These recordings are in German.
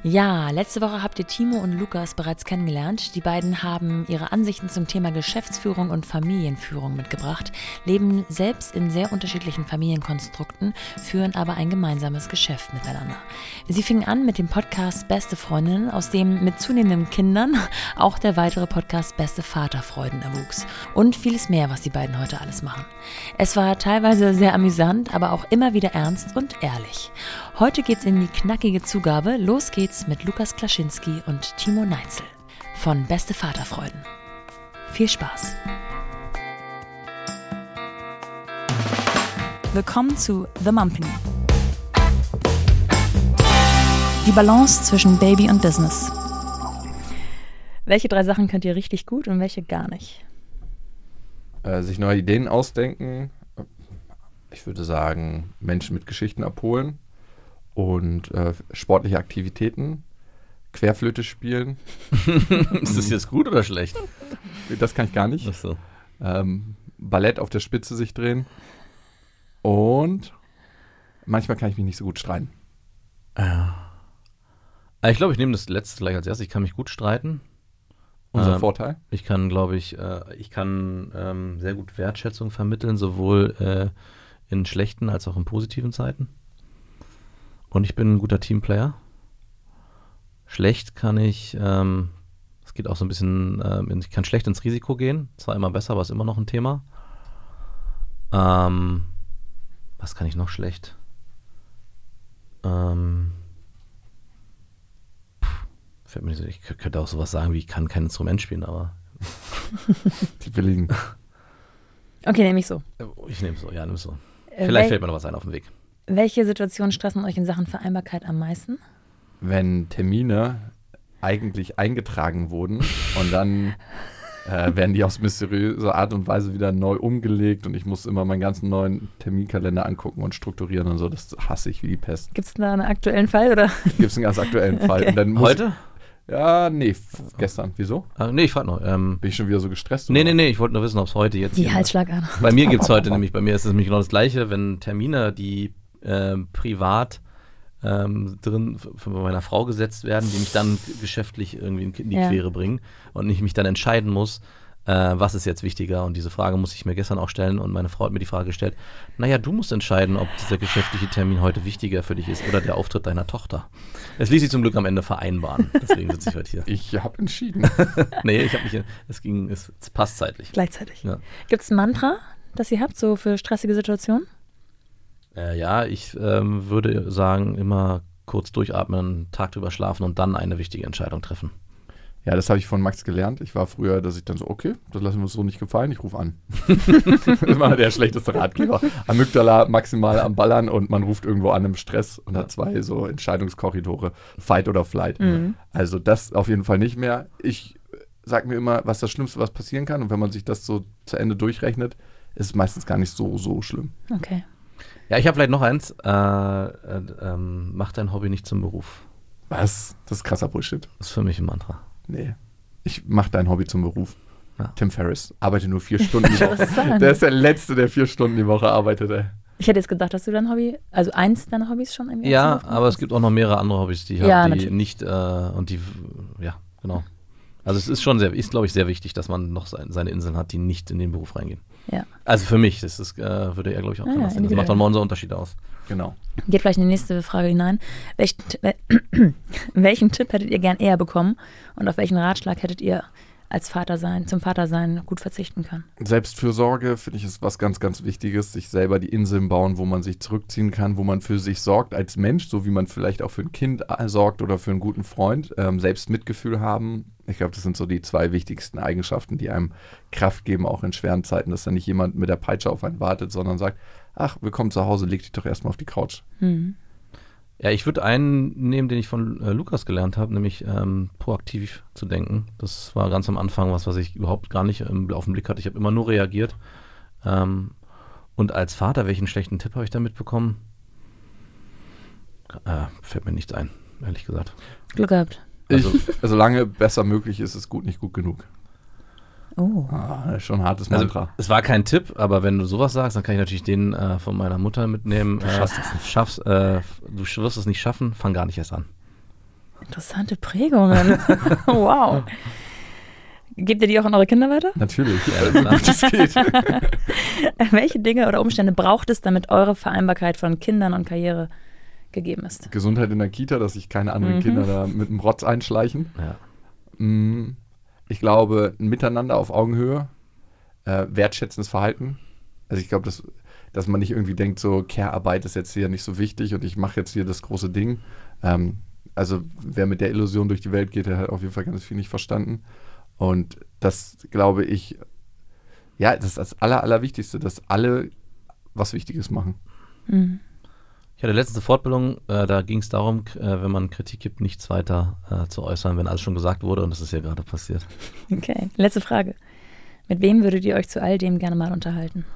Ja, letzte Woche habt ihr Timo und Lukas bereits kennengelernt. Die beiden haben ihre Ansichten zum Thema Geschäftsführung und Familienführung mitgebracht, leben selbst in sehr unterschiedlichen Familienkonstrukten, führen aber ein gemeinsames Geschäft miteinander. Sie fingen an mit dem Podcast Beste Freundinnen, aus dem mit zunehmenden Kindern auch der weitere Podcast Beste Vaterfreuden erwuchs. Und vieles mehr, was die beiden heute alles machen. Es war teilweise sehr amüsant, aber auch immer wieder ernst und ehrlich. Heute geht's in die knackige Zugabe. Los geht's mit Lukas Klaschinski und Timo Neitzel von Beste Vaterfreuden. Viel Spaß! Willkommen zu The Mumpany. Die Balance zwischen Baby und Business. Welche 3 Sachen könnt ihr richtig gut und welche gar nicht? Sich neue Ideen ausdenken. Ich würde sagen, Menschen mit Geschichten abholen. Und sportliche Aktivitäten, Querflöte spielen. Ist das jetzt gut oder schlecht? Das kann ich gar nicht. Ach so. Ballett auf der Spitze sich drehen. Und manchmal kann ich mich nicht so gut streiten. Ich glaube, ich nehme das letzte gleich als erstes. Ich kann mich gut streiten. Unser Vorteil? Ich kann, glaube ich, sehr gut Wertschätzung vermitteln, sowohl in schlechten als auch in positiven Zeiten. Und ich bin ein guter Teamplayer. Schlecht kann ich, es geht auch so ein bisschen, ich kann schlecht ins Risiko gehen. Zwar immer besser, aber ist immer noch ein Thema. Was kann ich noch schlecht? Fällt mir nicht so, ich könnte auch sowas sagen wie, ich kann kein Instrument spielen, aber. Die billigen. Okay, nehme ich so. Ich nehme so, ja, nimm so. Vielleicht fällt mir noch was ein auf den Weg. Welche Situationen stressen euch in Sachen Vereinbarkeit am meisten? Wenn Termine eigentlich eingetragen wurden und dann werden die aus mysteriöser Art und Weise wieder neu umgelegt und ich muss immer meinen ganzen neuen Terminkalender angucken und strukturieren und so. Das hasse ich wie die Pest. Gibt es da einen aktuellen Fall, oder? Gibt es einen ganz aktuellen Fall. Okay. Und dann Heute? Ja, nee, gestern. Wieso? Nee, ich frage noch. Bin ich schon wieder so gestresst? Nee, ich wollte nur wissen, ob es heute jetzt Die Halsschlagader. Bei mir gibt es heute nämlich, bei mir ist es nämlich genau das Gleiche, wenn Termine, die privat drin von meiner Frau gesetzt werden, die mich dann geschäftlich irgendwie in die Quere bringen und ich mich dann entscheiden muss, was ist jetzt wichtiger, und diese Frage muss ich mir gestern auch stellen und meine Frau hat mir die Frage gestellt, naja, du musst entscheiden, ob dieser geschäftliche Termin heute wichtiger für dich ist oder der Auftritt deiner Tochter. Es ließ sich zum Glück am Ende vereinbaren, deswegen sitze ich heute hier. Ich habe entschieden. Nee, ich habe nicht, es passt zeitlich. Gleichzeitig. Ja. Gibt es ein Mantra, das ihr habt, so für stressige Situationen? Ich würde sagen, immer kurz durchatmen, Tag drüber schlafen und dann eine wichtige Entscheidung treffen. Ja, das habe ich von Max gelernt. Ich war früher, dass ich dann so, okay, das lassen wir uns so nicht gefallen, ich rufe an. Das war der schlechteste Ratgeber. Amygdala maximal am Ballern und man ruft irgendwo an im Stress und hat 2 so Entscheidungskorridore, Fight oder Flight. Mhm. Also das auf jeden Fall nicht mehr. Ich sage mir immer, was das Schlimmste, was passieren kann, und wenn man sich das so zu Ende durchrechnet, ist es meistens gar nicht so schlimm. Okay. Ja, ich habe vielleicht noch eins. Mach dein Hobby nicht zum Beruf. Was? Das ist krasser Bullshit. Das ist für mich ein Mantra. Nee. Ich mache dein Hobby zum Beruf. Ja. Tim Ferriss arbeite nur 4 Stunden die Woche. Der ist der Letzte, der 4 Stunden die Woche arbeitet, ey. Ich hätte jetzt gedacht, dass du dein Hobby, also eins deiner Hobbys schon irgendwie Ja, aber es gibt auch noch mehrere andere Hobbys, die ich habe, die natürlich. nicht, genau. Also es ist schon glaube ich, sehr wichtig, dass man noch seine Inseln hat, die nicht in den Beruf reingehen. Ja. Also für mich, das ist, würde er, glaube ich, auch anders sehen. Das macht dann mal unseren Unterschied aus. Genau. Geht vielleicht in die nächste Frage hinein. Welchen Tipp hättet ihr gern eher bekommen und auf welchen Ratschlag hättet ihr als zum Vatersein gut verzichten können? Selbstfürsorge, finde ich, ist was ganz, ganz Wichtiges. Sich selber die Inseln bauen, wo man sich zurückziehen kann, wo man für sich sorgt als Mensch, so wie man vielleicht auch für ein Kind sorgt oder für einen guten Freund. Selbst Mitgefühl haben. Ich glaube, das sind so die 2 wichtigsten Eigenschaften, die einem Kraft geben, auch in schweren Zeiten, dass da nicht jemand mit der Peitsche auf einen wartet, sondern sagt, ach, willkommen zu Hause, leg dich doch erstmal auf die Couch. Mhm. Ja, ich würde einen nehmen, den ich von Lukas gelernt habe, nämlich proaktiv zu denken. Das war ganz am Anfang was ich überhaupt gar nicht auf den Blick hatte. Ich habe immer nur reagiert. Und als Vater, welchen schlechten Tipp habe ich da mitbekommen? Fällt mir nichts ein, ehrlich gesagt. Glück gehabt. Solange besser möglich ist, ist gut nicht gut genug. Oh. Schon ein hartes Mantra. Also, es war kein Tipp, aber wenn du sowas sagst, dann kann ich natürlich den von meiner Mutter mitnehmen. Du schaffst es nicht. Du wirst es nicht schaffen, fang gar nicht erst an. Interessante Prägungen. Wow. Gebt ihr die auch an eure Kinder weiter? Natürlich, so gut es geht. Welche Dinge oder Umstände braucht es, damit eure Vereinbarkeit von Kindern und Karriere gegeben ist? Gesundheit in der Kita, dass sich keine anderen Kinder da mit dem Rotz einschleichen. Ja. Ich glaube, ein Miteinander auf Augenhöhe, wertschätzendes Verhalten. Also ich glaube, dass man nicht irgendwie denkt, so Care-Arbeit ist jetzt hier nicht so wichtig und ich mache jetzt hier das große Ding. Also wer mit der Illusion durch die Welt geht, der hat auf jeden Fall ganz viel nicht verstanden. Und das glaube ich, ja, das ist das Allerwichtigste, dass alle was Wichtiges machen. Mhm. Ich hatte letztens eine Fortbildung, da ging es darum, wenn man Kritik gibt, nichts weiter zu äußern, wenn alles schon gesagt wurde, und das ist ja gerade passiert. Okay, letzte Frage. Mit wem würdet ihr euch zu all dem gerne mal unterhalten?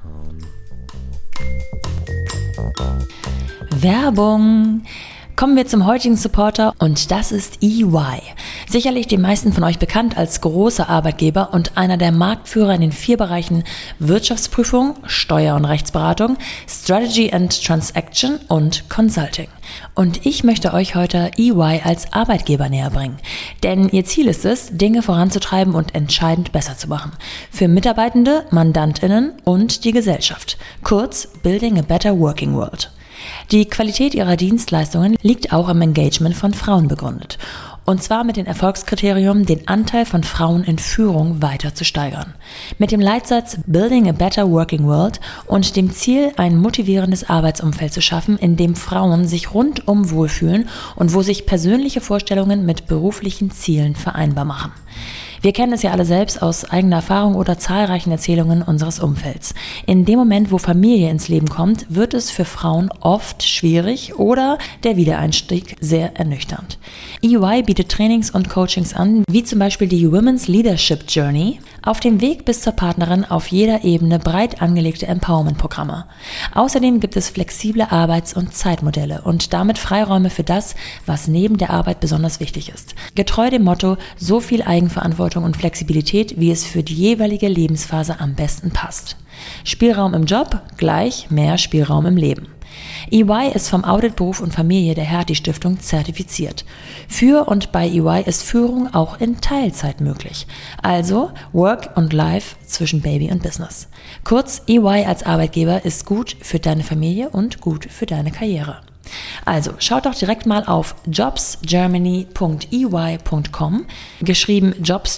Werbung! Kommen wir zum heutigen Supporter und das ist EY. Sicherlich den meisten von euch bekannt als großer Arbeitgeber und einer der Marktführer in den 4 Bereichen Wirtschaftsprüfung, Steuer- und Rechtsberatung, Strategy and Transaction und Consulting. Und ich möchte euch heute EY als Arbeitgeber näher bringen. Denn ihr Ziel ist es, Dinge voranzutreiben und entscheidend besser zu machen. Für Mitarbeitende, MandantInnen und die Gesellschaft. Kurz, Building a Better Working World. Die Qualität ihrer Dienstleistungen liegt auch im Engagement von Frauen begründet. Und zwar mit dem Erfolgskriterium, den Anteil von Frauen in Führung weiter zu steigern. Mit dem Leitsatz Building a Better Working World und dem Ziel, ein motivierendes Arbeitsumfeld zu schaffen, in dem Frauen sich rundum wohlfühlen und wo sich persönliche Vorstellungen mit beruflichen Zielen vereinbar machen. Wir kennen es ja alle selbst aus eigener Erfahrung oder zahlreichen Erzählungen unseres Umfelds. In dem Moment, wo Familie ins Leben kommt, wird es für Frauen oft schwierig oder der Wiedereinstieg sehr ernüchternd. EY bietet Trainings und Coachings an, wie zum Beispiel die Women's Leadership Journey, auf dem Weg bis zur Partnerin auf jeder Ebene breit angelegte Empowerment-Programme. Außerdem gibt es flexible Arbeits- und Zeitmodelle und damit Freiräume für das, was neben der Arbeit besonders wichtig ist. Getreu dem Motto, so viel Eigenverantwortung und Flexibilität, wie es für die jeweilige Lebensphase am besten passt. Spielraum im Job gleich mehr Spielraum im Leben. EY ist vom Audit Beruf und Familie der Hertie Stiftung zertifiziert. Für und bei EY ist Führung auch in Teilzeit möglich. Also Work und Life zwischen Baby und Business. Kurz, EY als Arbeitgeber ist gut für deine Familie und gut für deine Karriere. Also schaut doch direkt mal auf jobsgermany.ey.com, geschrieben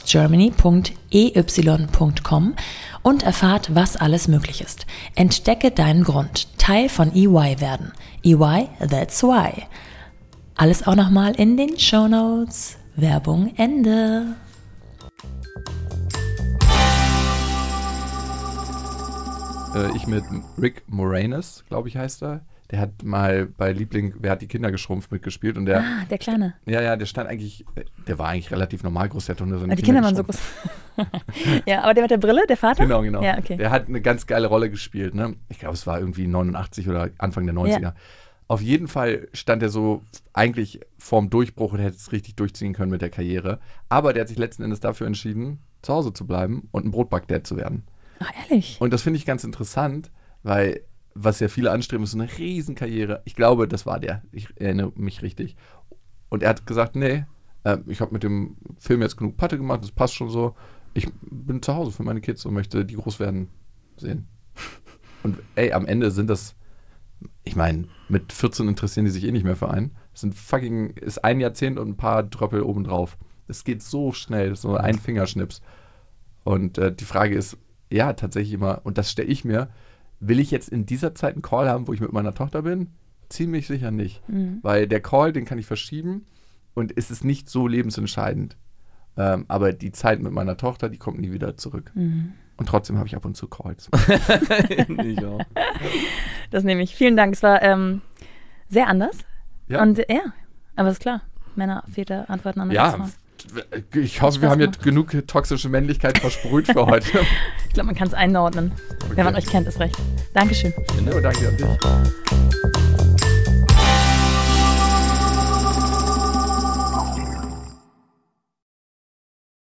jobsgermany.ey.com und erfahrt, was alles möglich ist. Entdecke deinen Grund, Teil von EY werden. EY, that's why. Alles auch nochmal in den Shownotes. Werbung Ende. Ich mit Rick Moranis, glaube ich, heißt er. Der hat mal bei Liebling, wer hat die Kinder geschrumpft, mitgespielt. Und der Kleine. Ja, der stand eigentlich, der war eigentlich relativ normal groß, der hat unter seine Die Kinder waren so groß. Ja, aber der mit der Brille, der Vater? Genau. Ja, okay. Der hat eine ganz geile Rolle gespielt, ne? Ich glaube, es war irgendwie 89 oder Anfang der 90er. Ja. Auf jeden Fall stand er so eigentlich vorm Durchbruch und hätte es richtig durchziehen können mit der Karriere. Aber der hat sich letzten Endes dafür entschieden, zu Hause zu bleiben und ein Brotback-Dad zu werden. Ach, ehrlich? Und das finde ich ganz interessant, weil was ja viele anstreben, ist so eine Riesenkarriere. Ich glaube, das war der. Ich erinnere mich richtig. Und er hat gesagt, nee, ich habe mit dem Film jetzt genug Patte gemacht, das passt schon so. Ich bin zu Hause für meine Kids und möchte die groß werden sehen. Und am Ende sind das, ich meine, mit 14 interessieren die sich eh nicht mehr für einen. Das ist ein Jahrzehnt und ein paar Dröppel obendrauf. Das geht so schnell, das ist nur ein Fingerschnips. Und die Frage ist, ja, tatsächlich immer, und das stelle ich mir, will ich jetzt in dieser Zeit einen Call haben, wo ich mit meiner Tochter bin? Ziemlich sicher nicht. Mhm. Weil der Call, den kann ich verschieben und es ist nicht so lebensentscheidend. Aber die Zeit mit meiner Tochter, die kommt nie wieder zurück. Mhm. Und trotzdem habe ich ab und zu Calls. Ich auch. Das nehme ich. Vielen Dank. Es war sehr anders. Ja. Und aber ist klar. Männer, Väter antworten anders. Ja, ich hoffe, wir haben jetzt genug toxische Männlichkeit versprüht für heute. Ich glaube, man kann es einordnen. Okay. Wer man euch kennt, ist recht. Dankeschön. Danke an dich.